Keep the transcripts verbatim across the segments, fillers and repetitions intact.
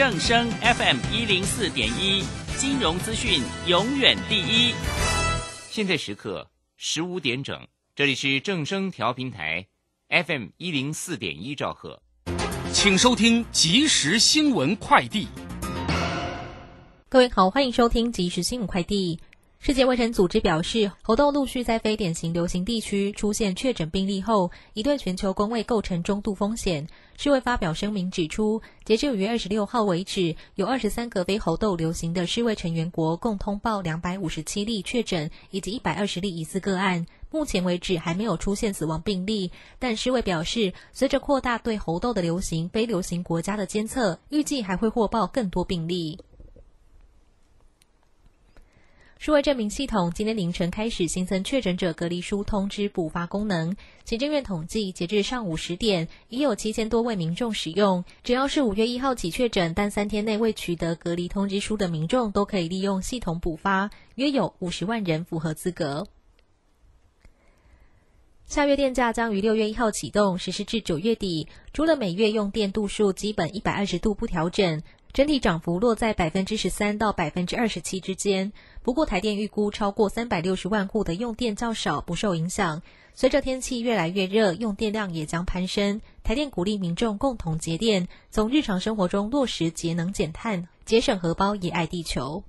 正声 F M 一零四点一，金融资讯永远第一。现在时刻十五点整，这里是正声调频台 F M 一零四点一兆赫， 请收听即时新闻快递。 各位好，欢迎收听即时新闻快递。世界卫生组织表示，猴痘陆续在非典型流行地区出现确诊病例后，已对全球公卫构成中度风险。世卫发表声明指出，截至五月二十六号为止，有二十三个非猴痘流行的世卫成员国共通报两百五十七例确诊，以及一百二十例疑似个案。目前为止还没有出现死亡病例，但世卫表示，随着扩大对猴痘的流行非流行国家的监测，预计还会获报更多病例。数位证明系统今天凌晨开始新增确诊者隔离书通知补发功能。行政院统计，截至上午十点，已有七千多位民众使用。只要是五月一号起确诊，但三天内未取得隔离通知书的民众，都可以利用系统补发，约有五十万人符合资格。下月电价将于六月一号启动，实施至九月底。除了每月用电度数基本一百二十度不调整，整体涨幅落在百分之十三到百分之二十七之间。不过台电预估超过三百六十万户的用电较少，不受影响。随着天气越来越热，用电量也将攀升。台电鼓励民众共同节电，从日常生活中落实节能减碳，节省荷包也爱地球。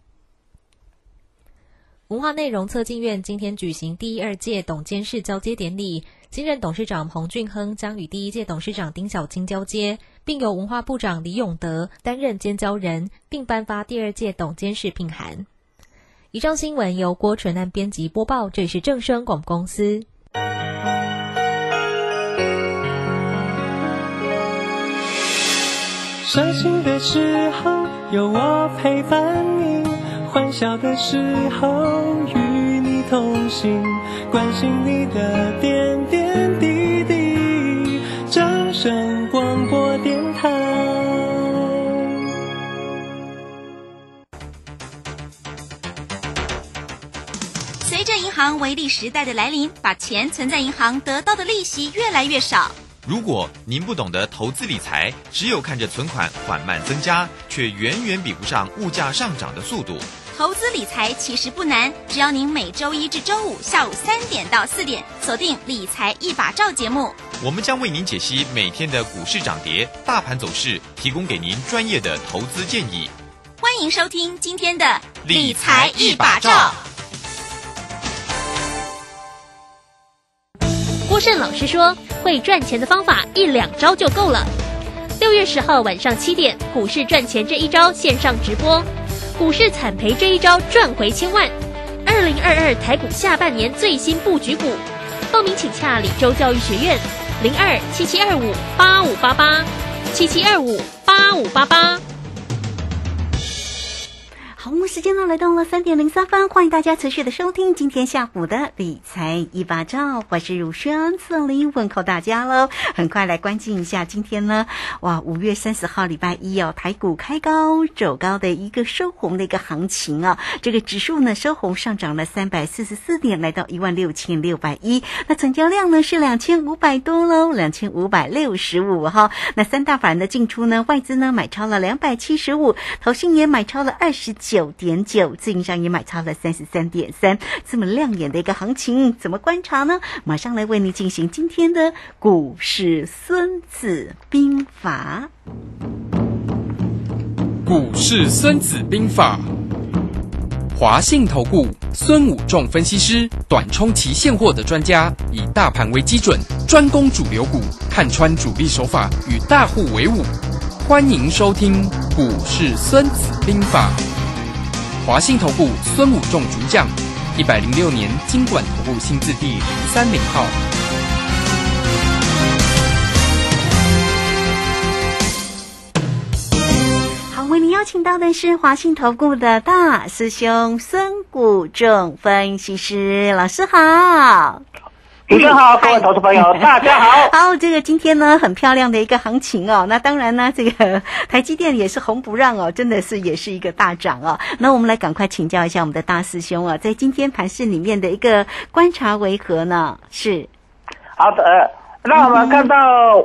文化内容策进院今天举行第二届董监事交接典礼，新任董事长彭俊亨将与第一届董事长丁小青交接，并由文化部长李永德担任监交人，并颁发第二届董监事聘函。以上新闻由郭纯安编辑播报，这里是正声广播公司。 伤心的时候有我陪伴你，欢笑的时候与你同行，关心你的点点滴滴。正声广播电台。 随着银行微利时代的来临，把钱存在银行得到的利息越来越少。 如果您不懂得投资理财，只有看着存款缓慢增加，却远远比不上物价上涨的速度。 投资理财其实不难，只要您每周一至周五下午三点到四点锁定理财一把照节目， 我们将为您解析每天的股市涨跌、大盘走势，提供给您专业的投资建议。 欢迎收听今天的理财一把照。 郭胜老师说，会赚钱的方法一两招就够了。六月十号晚上七点，股市赚钱这一招线上直播，股市惨赔这一招赚回千万。二零二二台股下半年最新布局股，报名请洽李州教育学院零二七七二五八五八八七七二五八五八八。 好，我们时间呢来到了三点零三分，欢迎大家持续的收听今天下午的理财一把照，我是如轩，这里问候大家喽。很快来关心一下今天呢，哇，五月三十号礼拜一哦，台股开高走高的一个收红的一个行情啊，这个指数呢收红上涨了三百四十四点，来到一万六千六百一，那成交量呢是两千五百多喽，两千五百六十五哈。那三大法人的进出呢，外资呢买超了两百七十五，投信也买超了二十九点九，自营商也买超了三十三点三，这么亮眼的一个行情，怎么观察呢？马上来为你进行今天的股市孙子兵法。 股市孙子兵法，华信投顾孙武仲分析师，短冲期现货的专家，以大盘为基准，专攻主流股，看穿主力手法，与大户为伍。欢迎收听股市孙子兵法。华信投顾孙武仲主讲，一百零六年金管投顾新字第零三零号。 好，为您邀请到的是华信投顾的大师兄孙武仲分析师，老师好。 主持人好，各位投资朋友大家好。 好，这个今天呢很漂亮的一个行情哦，那当然呢这个台积电也是红不让哦，真的是也是一个大涨哦。那我们来赶快请教一下我们的大师兄啊，在今天盘市里面的一个观察为何呢？是好的，那我们看到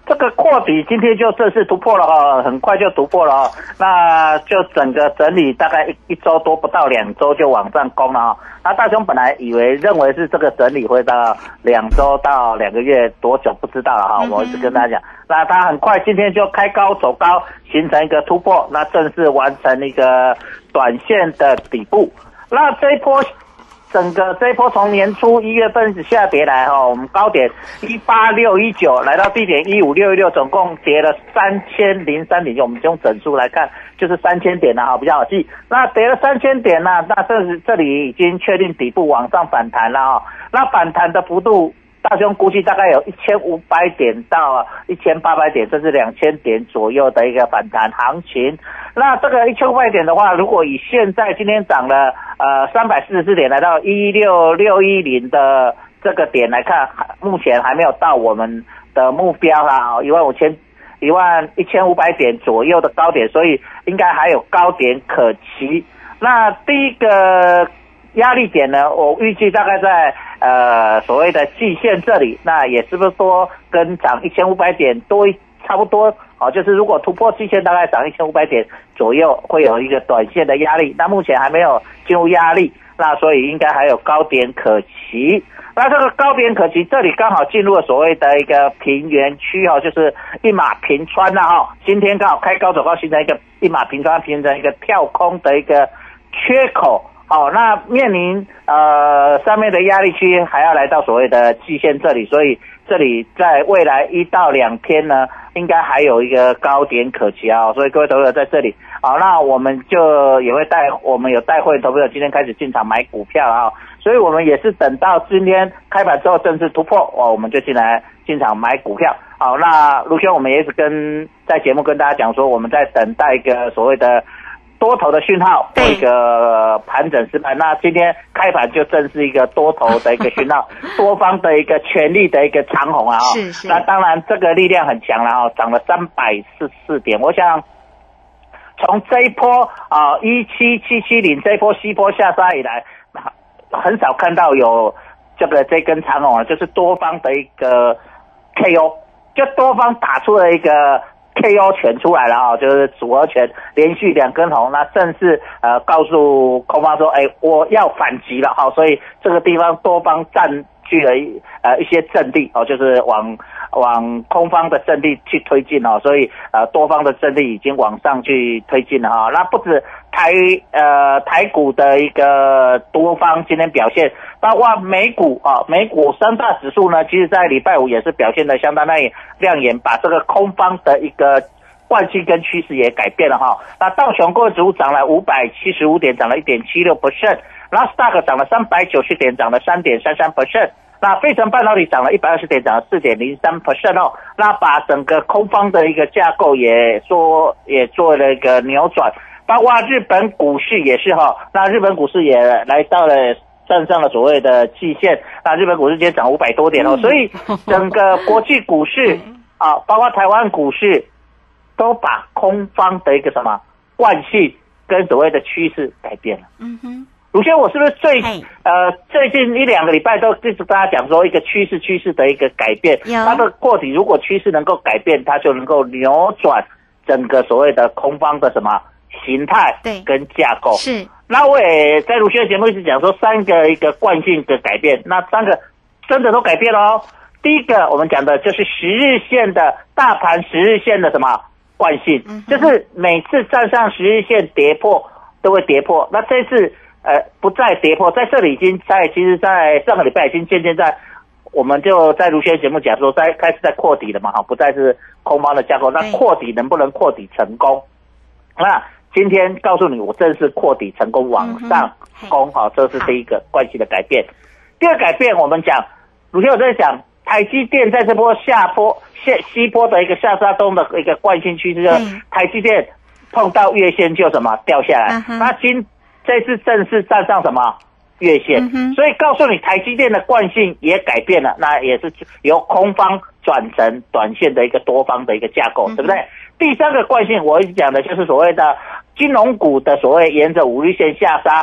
这个扩底今天就正式突破了哈，很快就突破了哈，那就整个整理大概一一周多不到两周就往上攻了哈。那大雄本来以为认为是这个整理会到两周到两个月多久不知道了哈，我一直跟大家讲，那它很快今天就开高走高，形成一个突破，那正式完成一个短线的底部。那这一波。整个这一波从年初一月份下跌来哈，我们高点一八六一九，来到低点一五六一六，总共跌了三千零三点，我们用整数来看，就是三千点了哈，比较好记。那跌了三千点呢，那这这里已经确定底部往上反弹了哈。那反弹的幅度，大兄估计大概有一千五百点到一千八百点，甚至两千点左右的一个反弹行情。那这个一千五百点的话，如果以现在今天涨了呃三百四十四点，来到一六六一零的这个点来看，目前还没有到我们的目标啦，一万五千一万一千五百点左右的高点，所以应该还有高点可期。那第一个压力点呢，我预计大概在呃所谓的季线这里，那也是不是说跟涨一千五百点多差不多？好，就是如果突破季线，大概涨一千五百点左右，会有一个短线的压力。那目前还没有进入压力，那所以应该还有高点可期。那这个高点可期，这里刚好进入了所谓的一个平原区哈，就是一马平川了哈。今天刚好开高走高，形成一个一马平川，形成一个跳空的一个缺口。好，那面临呃上面的压力区还要来到所谓的季线这里，所以这里在未来一到两天呢，应该还有一个高点可期啊。所以各位投资者在这里，好，那我们就也会带我们有带会投资者今天开始进场买股票啊，所以我们也是等到今天开盘之后正式突破，哦，我们就进来进场买股票。好，那卢兄我们也是跟在节目跟大家讲说，我们在等待一个所谓的多头的讯号，做一个盘整实盘。那今天开盘就正是一个多头的一个讯号，多方的一个全力的一个长红啊！ 是是。那当然这个力量很强了啊，涨了三百四十四点。我想从这一波啊一七七七零这一波西波下杀以来，很少看到有这个这根长红啊，就是多方的一个 K O， 就多方打出了一个K O 拳出来了啊，就是组合拳连续两根红，那正式呃告诉空方说，哎，我要反击了哈，所以这个地方多方占据了一呃一些阵地哦，就是往往空方的阵地去推进哦，所以呃多方的阵地已经往上去推进了哈。那不止台呃台股的一个多方今天表现，包括美股啊，美股三大指数呢，其实在礼拜五也是表现的相当亮眼，把这个空方的一个惯性跟趋势也改变了哈。那道琼工业指数涨了五百七十五点，涨了 一点七六 percent， 纳斯达克涨了三百九十点，涨了 三点三三 percent。那费城半导体涨了一百二十点，涨了 四点零三 percent 哦。那把整个空方的一个架构也做也做了一个扭转，包括日本股市也是哈。那日本股市也来到了站上了所谓的季线，那日本股市今天涨五百多点哦。所以整个国际股市啊，包括台湾股市，都把空方的一个什么惯性跟所谓的趋势改变了。嗯哼。鲁轩，我是不是最呃最近一两个礼拜都一直跟大家讲说一个趋势趋势的一个改变，它的破底如果趋势能够改变，它就能够扭转整个所谓的空方的什么形态跟架构。是，那我也在鲁轩的节目一直讲说三个一个惯性的改变，那三个真的都改变了哦。第一个我们讲的就是十日线的大盘十日线的什么惯性，嗯、就是每次站上十日线跌破都会跌破，那这次。呃，不再跌破，在这里已经在，其实，在上个礼拜已经渐渐在，我们就在卢轩节目讲说，在开始在扩底了嘛，哈，不再是空方的架构，那扩底能不能扩底成功？那今天告诉你，我正式扩底成功，往上攻，好，这是第一个惯性的改变。第二改变，我们讲，卢轩我在讲，台积电在这波下坡、下西坡的一个下杀中的一个惯性趋势，就是台积电碰到月线就什么掉下来，那今这次正式站上什么月线、嗯、所以告诉你台积电的惯性也改变了，那也是由空方转成短线的一个多方的一个架构、嗯、对不对？第三个惯性我一直讲的就是所谓的金融股的所谓沿着五日线下杀，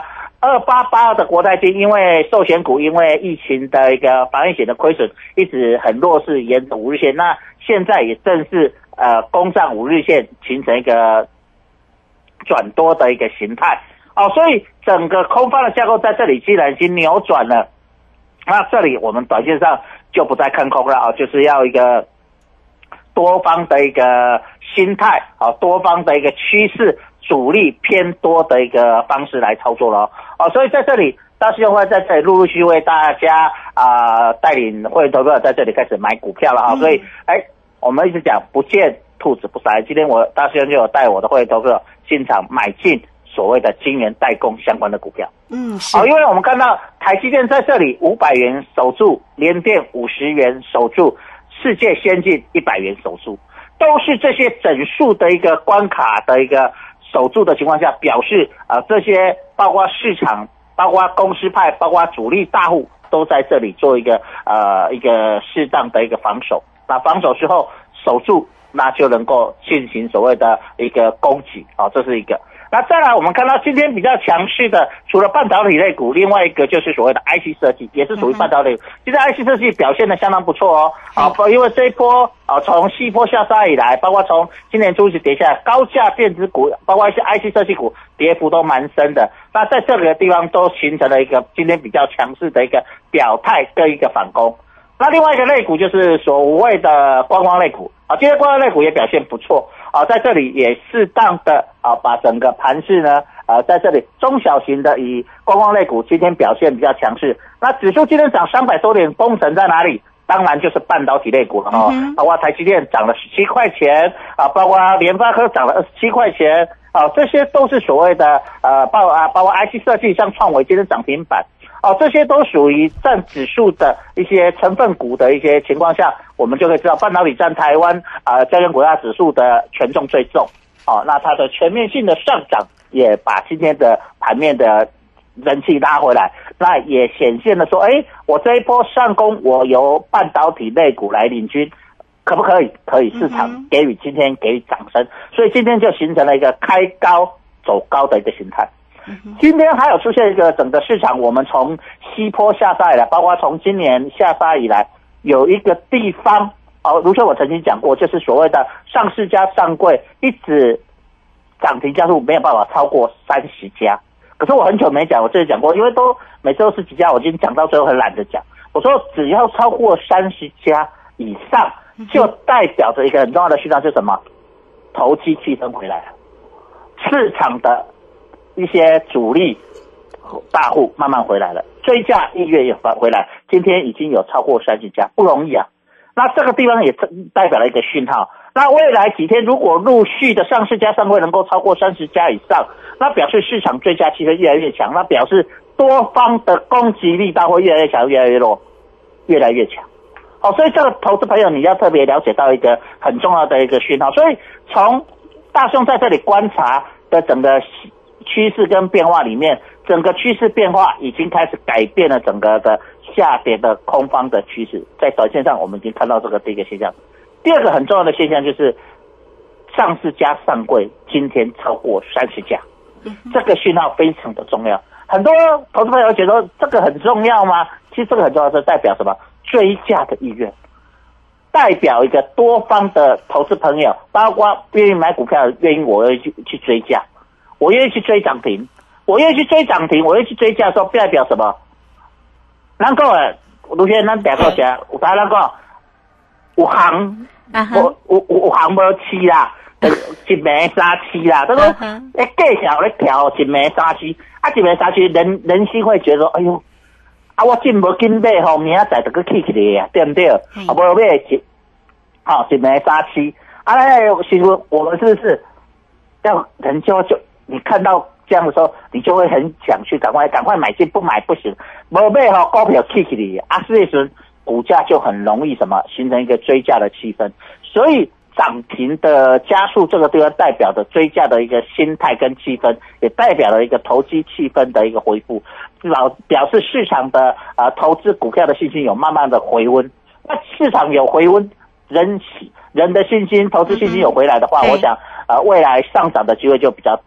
二八八二的国泰金，因为寿险股因为疫情的一个防疫险的亏损，一直很弱势，沿着五日线。那现在也正是呃攻上五日线，形成一个转多的一个形态。哦，所以整个空方的架构在这里既然已经扭转了，那这里我们短线上就不再看空了啊，就是要一个多方的一个心态啊，多方的一个趋势。主力偏多的一个方式来操作了哦，所以在这里大师兄会在这里陆陆续续为大家啊、呃、带领会员投资者在这里开始买股票了啊、嗯，所以哎，我们一直讲不见兔子不撒，今天我大师兄就有带我的会员投资者进场买进所谓的晶圆代工相关的股票， 嗯，是哦，因为我们看到台积电在这里五百元守住，联电五十元守住，世界先进一百元守住，都是这些整数的一个关卡的一个。守住的情况下，表示啊、呃，这些包括市场、包括公司派、包括主力大户都在这里做一个呃一个适当的一个防守。那防守之后守住，那就能够进行所谓的一个攻击啊、哦，这是一个。那再来，我们看到今天比较强势的，除了半导体类股，另外一个就是所谓的 I C 设计，也是属于半导体。其实 I C 设计表现的相当不错哦，啊，因为这一波啊，从西波下杀以来，包括从今年初始跌下来，高价电子股，包括一些 I C 设计股，跌幅都蛮深的。那在这个地方都形成了一个今天比较强势的一个表态跟一个反攻。那另外一个类股就是所谓的观光类股啊，今天观光类股也表现不错。啊，在这里也适当的啊，把整个盘势呢，呃，在这里中小型的以观光类股今天表现比较强势。那指数今天涨三百多点，封神在哪里？当然就是半导体类股了哈、哦嗯，包括台积电涨了十七块钱啊，包括联发科涨了二十七块钱啊，这些都是所谓的呃，包啊，包括 I C 设计，像创惟今天涨停板。哦，这些都属于占指数的一些成分股的一些情况下，我们就可以知道半导体占台湾啊加权股价指数的权重最重。哦，那它的全面性的上涨也把今天的盘面的人气拉回来，那也显现了说，哎，我这一波上攻，我由半导体类股来领军，可不可以？可以，市场给予今天给予掌声，所以今天就形成了一个开高走高的一个形态。今天还有出现一个整个市场，我们从西坡下杀以来，包括从今年下杀以来，有一个地方哦，如说我曾经讲过，就是所谓的上市加上柜一直涨停家数没有办法超过三十家。可是我很久没讲，我这里讲过，因为都每周十几家，我已经讲到最后很懒得讲。我说只要超过三十家以上，就代表着一个很重要的讯号，就是什么？投机气氛回来了，市场的一些主力大户慢慢回来了，追价意愿也回来，今天已经有超过三十家，不容易啊。那这个地方也代表了一个讯号。那未来几天如果陆续的上市加上柜能够超过三十家以上，那表示市场追价气氛越来越强，那表示多方的攻击力道会越来越强，越来越弱，越来越强。好、哦，所以这个投资朋友你要特别了解到一个很重要的一个讯号。所以从大兄在这里观察的整个趋势跟变化里面，整个趋势变化已经开始改变了整个的下跌的空方的趋势，在短线上我们已经看到这个第一个现象。第二个很重要的现象就是上市加上柜今天超过三十家，这个讯号非常的重要。很多投资朋友觉得这个很重要吗？其实这个很重要，是代表什么？追价的意愿，代表一个多方的投资朋友，包括愿意买股票，愿意我愿意去去追价，我愿意去追涨停，我愿意去追涨停，我愿意去追价的时候，代表什么？咱讲诶，卢先生，咱两个讲，有啥咱讲？有行，有有有行无市啦，一暝三市啦，他说，诶，计条咧调一暝三市，啊，一暝三市，人人心会觉得，哎呦，啊，我进无紧买吼，明仔载就去起起来啊，对不对？啊，无买一，好一暝三市，啊，那其实我们是不是要人就就你看到这样的时候，你就会很想去赶快赶快买进，不买不行，无买吼股票起起来啊，所以说股价就很容易什么形成一个追价的气氛，所以涨停的加速这个地方代表的追价的一个心态跟气氛，也代表了一个投机气氛的一个恢复，表表示市场的呃投资股票的信心有慢慢的回温。那市场有回温，人人的信心、投资信心有回来的话，我想呃未来上涨的机会就比较大。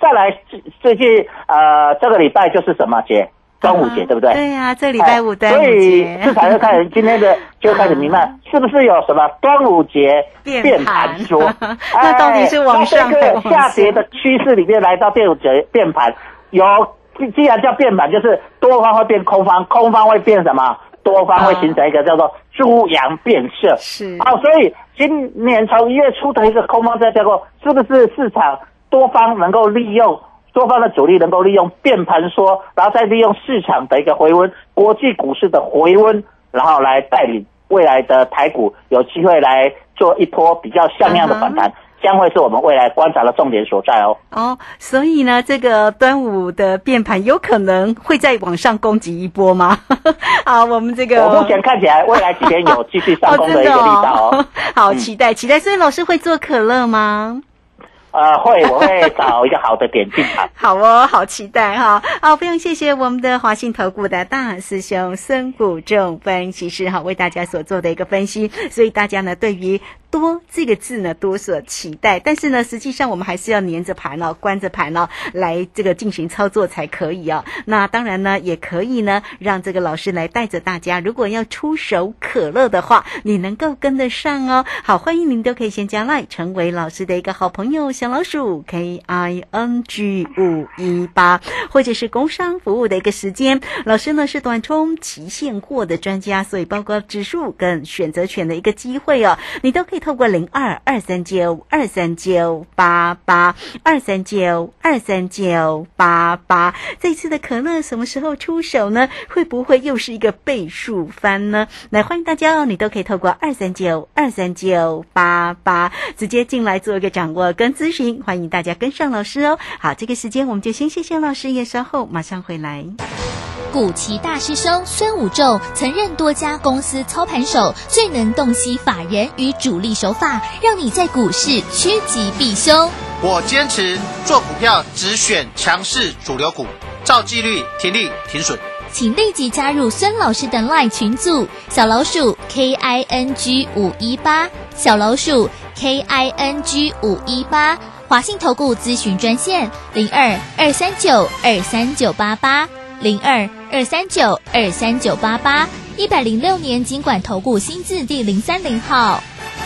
再来最近呃这个礼拜就是什么节？端午节、啊、对不对？ 对呀、啊，这礼拜五端午节， 所以市场就开始今天的就开始明白，是不是有什么端午节变盘说？ 那到底是往上还是往下？这个下跌的趋势里面来到端午节变盘，有既然叫变盘，就是多方会变空方，空方会变什么？多方会形成一个叫做猪羊变色。 是啊，所以今年从一月初的一个空方在结构，是不是市场多方能够利用？多方的主力能够利用变盘说，然后再利用市场的一个回温，国际股市的回温，然后来带领未来的台股有机会来做一波比较像样的反弹， uh-huh. 将会是我们未来观察的重点所在哦。 哦，所以呢，这个端午的变盘有可能会再往上攻击一波吗？好，我们这个我目前看起来未来几天有继续上攻的一个力道哦。 哦好，期待、嗯、期待。所以老师会做可乐吗？ 呃，会，我会找一个好的点进场。 好哦，好期待哈！好，非常谢谢我们的华信投顾的大师兄孙谷仲分析师哈，为大家所做的一个分析。所以大家呢，对于多这个字呢，多所期待。但是呢，实际上我们还是要黏着盘哦，关着盘哦，来这个进行操作才可以哦。那当然呢，也可以呢，让这个老师来带着大家，如果要出手可乐的话，你能够跟得上哦。好，欢迎您都可以先加 LINE 成为老师的一个好朋友。小老鼠 K I N G 五一八，或者是工商服务的一个时间。老师呢是短冲期现货的专家，所以包括指数跟选择权的一个机会哦，你都可以透过零二二三九二三九八八二三九二三九八八。这次的可乐什么时候出手呢？会不会又是一个倍数翻呢？来，欢迎大家哦，你都可以透过二三九二三九八八直接进来做一个掌握跟咨询。欢迎大家跟上老师哦。好，这个时间我们就先谢谢老师，也稍后马上回来。 古奇大师兄孙武仲曾任多家公司操盘手，最能洞悉法人与主力手法，让你在股市趋吉避凶。 我坚持做股票只选强势主流股，照纪律停利停损。 请立即加入孙老师的 LINE 群组，小老鼠 K I N G 五一八， 小老鼠 K I N G 五一八， 华信投顾咨询专线零二二三九二三九八八 零二二三九二三九八八，一百零六年金管投顾新字第零三零号。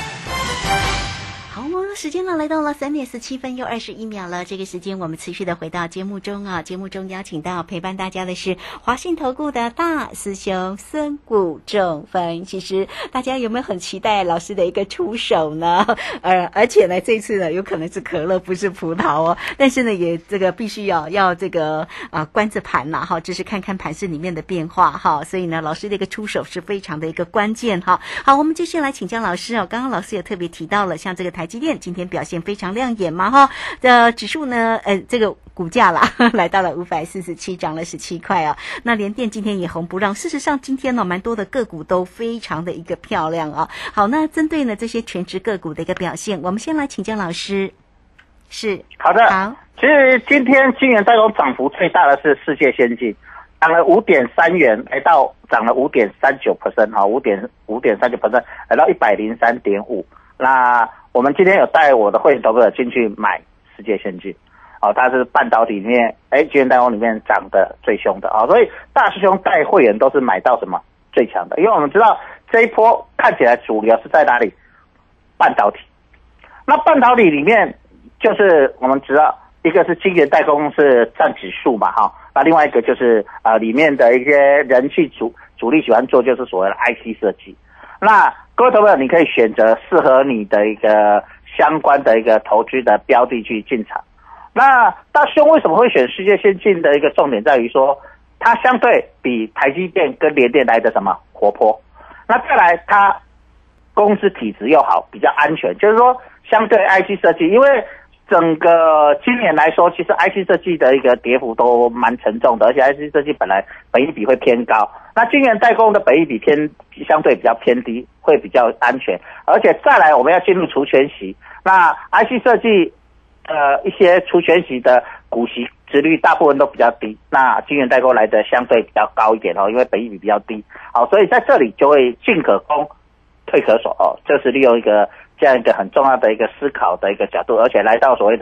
时间呢来到了三点十七分又二十一秒了，这个时间我们持续的回到节目中啊，节目中邀请到陪伴大家的是华信投顾的大师兄孙谷仲分析师。大家有没有很期待老师的一个出手呢？呃，而且呢，这次呢有可能是可乐不是葡萄哦，但是呢也这个必须要要这个啊、呃、关着盘呐哈，就是看看盘势里面的变化哈，所以呢老师的一个出手是非常的一个关键哈。好，我们继续来请教老师哦，刚刚老师也特别提到了，像这个台积电今天表现非常亮眼嘛哈，的指数呢，呃，这个股价啦来到了五百四十七，涨了十七块啊。那联电今天也红不让，事实上今天呢，蛮多的个股都非常的一个漂亮啊。好，那针对呢这些全职个股的一个表现，我们先来请教老师。是， 好的， 好。 其实今天晶圆代工涨幅最大的是世界先进，涨了五点三元，来到涨了五点三九 percent 哈，五点五点三九 percent 来到一百零三点五。那我们今天有带我的会员投资者进去买世界先进，哦，它是半导体里面，哎，晶圆代工里面涨得最凶的啊、哦，所以大师兄带会员都是买到什么最强的，因为我们知道这一波看起来主流是在哪里？半导体。那半导体里面就是我们知道一个是晶圆代工是占指数嘛，哈、哦，那另外一个就是呃里面的一些人气主主力喜欢做就是所谓的 I C 设计。那各位投资者，你可以选择适合你的一个相关的一个投资的标的去进场。那大师兄为什么会选世界先进的一个重点在于说，它相对比台积电跟联电来的什么活泼。那再来，它公司体质又好，比较安全，就是说相对 I C 设计，因为整个今年来说，其实 I C 设计的一个跌幅都蛮沉重的，而且 I C 设计本来本益比会偏高，那晶圆代工的本益比偏相对比较偏低，会比较安全。而且再来我们要进入除权息，那 I C 设计呃一些除权息的股息殖率大部分都比较低，那晶圆代工来的相对比较高一点哦，因为本益比比较低，好，所以在这里就会进可攻，退可守哦，这是利用一个这样一个很重要的一个思考的一个角度，而且来到所谓的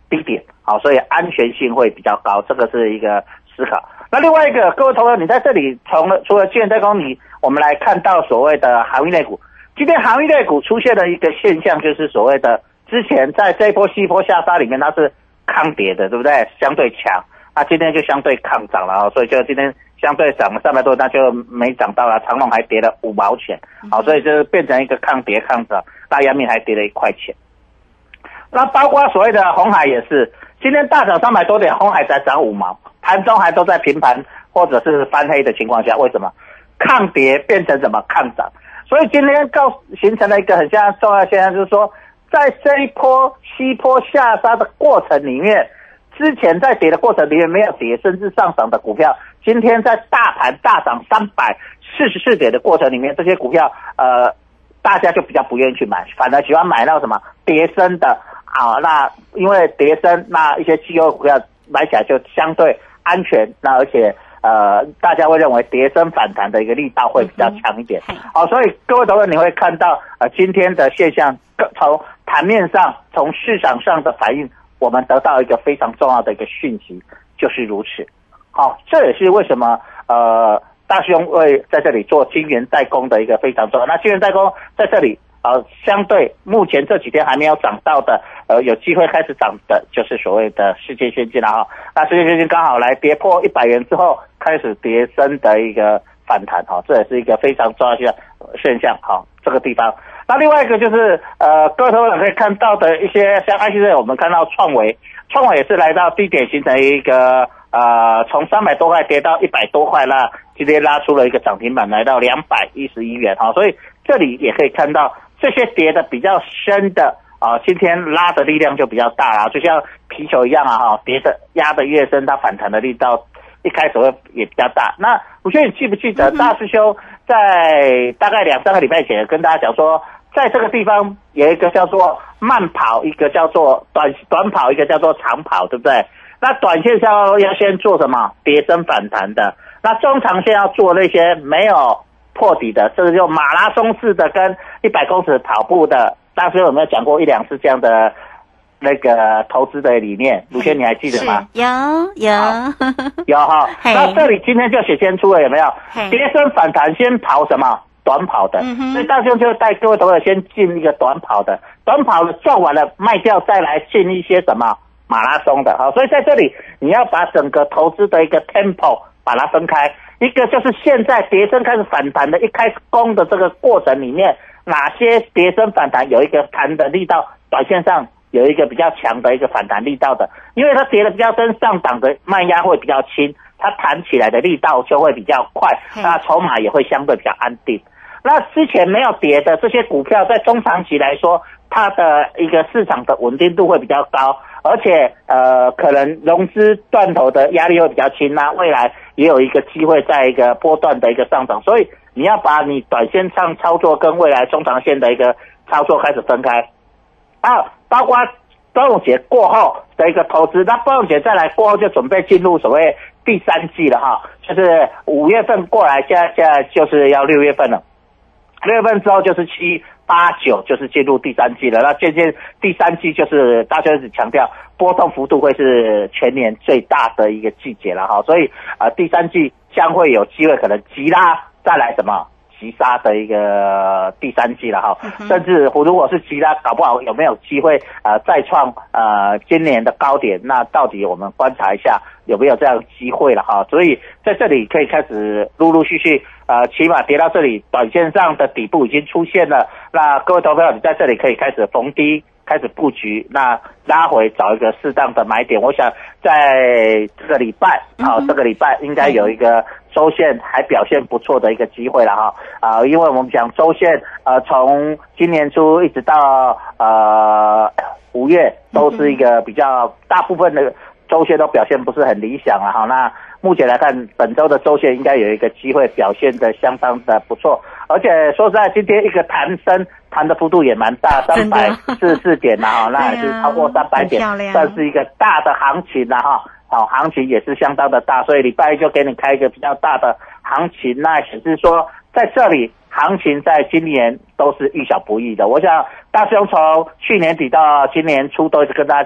低点，好，所以安全性会比较高，这个是一个思考。那另外一个，各位同学，你在这里从除了晶圆代工，你我们来看到所谓的航运类股，今天航运类股出现了一个现象，就是所谓的之前在这一波西波下杀里面，它是抗跌的，对不对？相对强，那今天就相对抗涨了，所以就今天相对涨了三百多，那就没涨到了，长荣还跌了五毛钱，好，所以就变成一个抗跌抗涨，大阳明还跌了一块钱。那包括所谓的鸿海也是，今天大涨三百多点，鸿海才涨五毛，盘中还都在平盘或者是翻黑的情况下，为什么？抗跌变成什么？抗涨。所以今天告形成了一个很像重要现象，就是说，在这一波西波下杀的过程里面，之前在跌的过程里面没有跌甚至上涨的股票，今天在大盘大涨三百四十四点的过程里面，这些股票呃大家就比较不愿意去买，反而喜欢买到什么跌升的啊，那因为跌升，那一些绩优股票买起来就相对安全，那而且呃大家会认为跌升反弹的一个力道会比较强一点。好、嗯，所以各位同学你会看到呃今天的现象，从盘面上从市场上的反应，我们得到一个非常重要的一个讯息，就是如此。好，这也是为什么呃大师兄会在这里做晶圆代工的一个非常重要。那晶圆代工在这里呃相对目前这几天还没有涨到的，呃有机会开始涨的就是所谓的世界先进了哈。那世界先进刚好来跌破一百元之后开始跌升的一个反弹哈，这也是一个非常重要的现象哈，这个地方。那另外一个就是呃各位同学可以看到的一些像 I C 类，我们看到创维，创维也是来到低点形成一个呃从三百多块跌到一百多块，那今天拉出了一个涨停板来到两百一十一元哈，所以这里也可以看到这些跌的比较深的啊、呃，今天拉的力量就比较大啊，就像皮球一样啊哈，跌的压的越深，它反弹的力道一开始会也比较大。那吴轩，你记不记得大师兄在大概两三个礼拜前跟大家讲说，在这个地方有一个叫做慢跑，一个叫做短短跑，一个叫做长跑，对不对？那短线要要先做什么？跌升反弹的。那中长线要做那些没有破底的，这个就马拉松式的跟一百公尺跑步的。大师有没有讲过一两次这样的那个投资的理念？卢轩你还记得吗？ 有有有哈。那这里今天就显现出了有没有？跌升反弹先跑什么？短跑的。嗯、所以大师兄就带各位同学先进一个短跑的，短跑的赚完了卖掉，再来进一些什么马拉松的。好，所以在这里你要把整个投资的一个 tempo 把它分开，一个就是现在跌升开始反弹的一开始攻的这个过程里面，哪些跌升反弹有一个弹的力道，短线上有一个比较强的一个反弹力道的，因为它跌的比较深，上档的卖压会比较轻，它弹起来的力道就会比较快，那筹码也会相对比较安定。那之前没有跌的这些股票，在中长期来说，它的一个市场的稳定度会比较高，而且呃，可能融资断头的压力会比较轻，那未来也有一个机会在一个波段的一个上涨，所以你要把你短线上操作跟未来中长线的一个操作开始分开。啊，包括端午节过后的一个投资，那端午节再来过后就准备进入所谓第三季了哈，就是五月份过来，现在现在就是要六月份了。六月份之后就是七八九，就是进入第三季了。那渐渐第三季就是大家一直强调波动幅度会是全年最大的一个季节了哈，所以呃第三季将会有机会可能急拉再来什么急杀的一个第三季了哈，甚至如果是急拉，搞不好有没有机会呃再创呃今年的高点？那到底我们观察一下有没有这样的机会了哈。所以在这里可以开始陆陆续续呃起码跌到这里，短线上的底部已经出现了。那各位投票，你在这里可以开始逢低开始布局，那拉回找一个适当的买点。我想在这个礼拜，好、嗯，这个礼拜应该有一个周线还表现不错的一个机会了哈。啊、呃，因为我们讲周线，呃，从今年初一直到呃五月，都是一个比较大部分的周线都表现不是很理想了哈。那目前来看，本周的周线应该有一个机会表现的相当的不错，而且说实在，今天一个弹升，弹的幅度也蛮大，三百四十四点了哈，那也是超过三百点，算是一个大的行情了哈。好，行情也是相当的大，所以礼拜一就给你开一个比较大的行情，那显示说在这里行情在今年都是遇小不易的。我想大师兄从去年底到今年初都一直跟大家讲，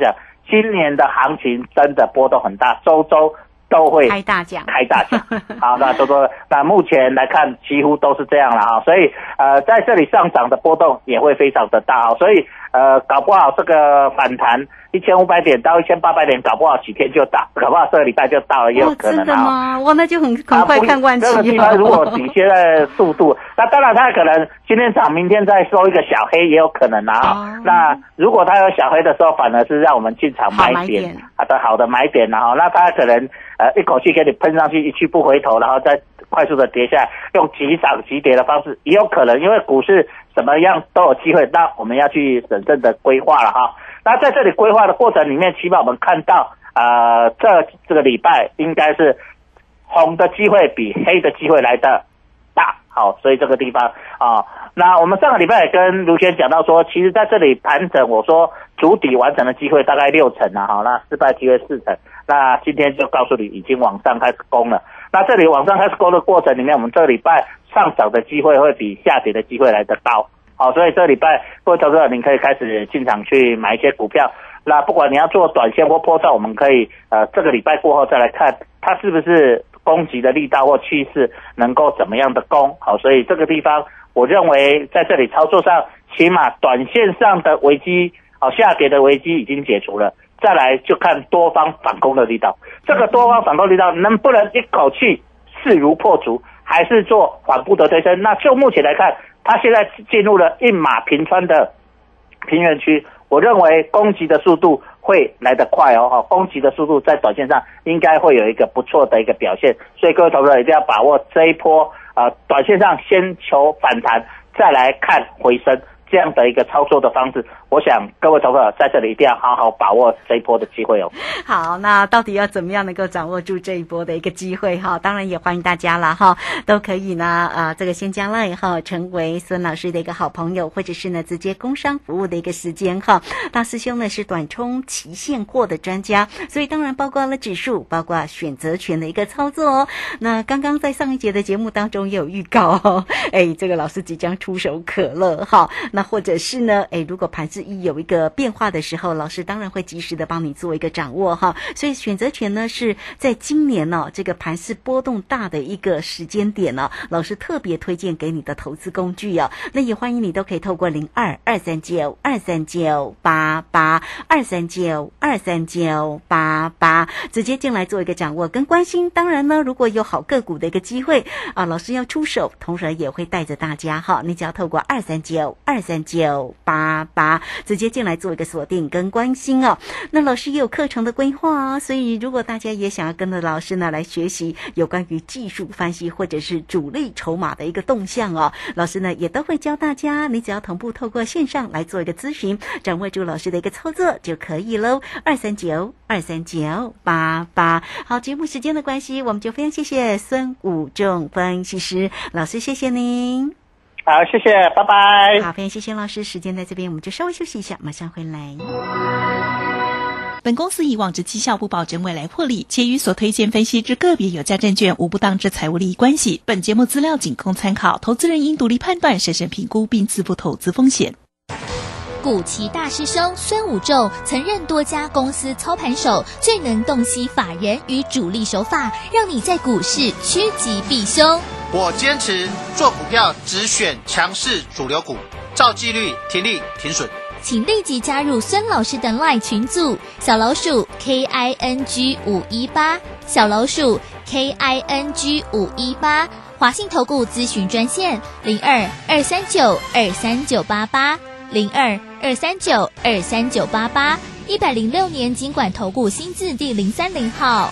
今年的行情真的波动很大，周周都会开大奖， 开大奖。好，那周周，那目前来看几乎都是这样了哈，所以呃在这里上涨的波动也会非常的大，所以呃搞不好这个反弹一千五百点到一千八百点，搞不好几天就到，搞不好这个礼拜就到了，也有可能啊。真的吗？ 哇，那就很很快看万期了。 这个地方如果比现在速度，那当然它可能今天涨，明天再收一个小黑也有可能啊。哦、那如果它有小黑的时候，反而是让我们进场买点，好的好的买点然后那它可能呃一口气给你喷上去，一去不回头，然后再快速的跌下来，用急涨急跌的方式也有可能，因为股市怎么样都有机会，那我们要去审慎的规划了哈。那在这里规划的过程里面，起码我们看到，呃，这这个礼拜应该是红的机会比黑的机会来的大，好，所以这个地方啊，那我们上个礼拜也跟卢轩讲到说，其实在这里盘整，我说主底完成的机会大概六成啊，好，那失败机会四成，那今天就告诉你已经往上开始攻了。那这里往上开始攻的过程里面，我们这个礼拜上涨的机会会比下跌的机会来得高。好，所以这礼拜各位投资者，您可以开始进场去买一些股票。那不管你要做短线或波段，我们可以呃这个礼拜过后再来看它是不是攻击的力道或趋势能够怎么样的攻。好，所以这个地方我认为在这里操作上，起码短线上的危机，好下跌的危机已经解除了。再来就看多方反攻的力道，这个多方反攻力道能不能一口气势如破竹，还是做缓步的推升？那就目前来看，它现在进入了一马平川的平原区，我认为攻击的速度会来得快哦，攻击的速度在短线上应该会有一个不错的一个表现，所以各位投资者一定要把握这一波呃短线上先求反弹，再来看回升这样的一个操作的方式，我想各位投资者在这里一定要好好把握这一波的机会哦。 好，那到底要怎么样能够掌握住这一波的一个机会哈？当然也欢迎大家啦哈，都可以呢呃这个先加 LINE 哈，成为孙老师的一个好朋友，或者是呢直接工商服务的一个时间哈。大师兄呢是短冲期现货的专家，所以当然包括了指数，包括选择权的一个操作哦。那刚刚在上一节的节目当中也有预告哦，哎，这个老师即将出手可乐哈。那或者是呢，诶，如果盘势一有一个变化的时候，老师当然会及时的帮你做一个掌握哈。所以选择权呢是在今年呢、哦、这个盘势波动大的一个时间点呢、哦，老师特别推荐给你的投资工具哦。那也欢迎你都可以透过零二二三九二三九八八二三九二三九八八直接进来做一个掌握跟关心。当然呢，如果有好个股的一个机会啊，老师要出手，同时也会带着大家哈，你只要透过二三九二三九八八直接进来做一个锁定跟关心哦。那老师也有课程的规划啊，所以如果大家也想要跟着老师呢来学习有关于技术分析或者是主力筹码的一个动向哦，老师呢也都会教大家，你只要同步透过线上来做一个咨询，掌握住老师的一个操作就可以喽。二三九二三九八八。好，节目时间的关系，我们就非常谢谢孙武仲分析师老师，谢谢您。 好，谢谢，拜拜。 好，非常谢谢老师，时间在这边，我们就稍微休息一下，马上回来。 本公司以往之绩效不保证未来获利，且与所推荐分析之个别有价证券无不当之财务利益关系。本节目资料仅供参考，投资人应独立判断、审慎评估并自负投资风险。 股期大师兄孙武仲曾任多家公司操盘手，最能洞悉法人与主力手法，让你在股市趋吉避凶。 我坚持做股票只选强势主流股，照纪律停利停损。 请立即加入孙老师的 LINE 群组，小老鼠 K I N G 五一八，小老鼠 K I N G 五一八，华信投顾咨询专线零二二三九二三九八八零二二三九二三九八八，一百零六年金管投顾新字第零三零号。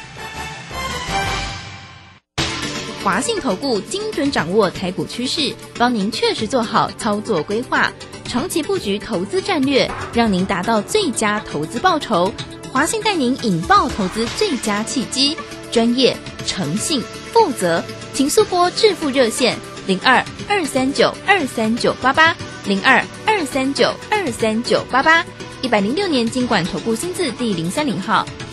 华信投顾精准掌握台股趋势，帮您确实做好操作规划，长期布局投资战略，让您达到最佳投资报酬。华信带您引爆投资最佳契机，专业、诚信、负责，请速拨致富热线零二二三九二三九八八零二二三九二三九八八，一百零六年金管投顾新字第零三零号。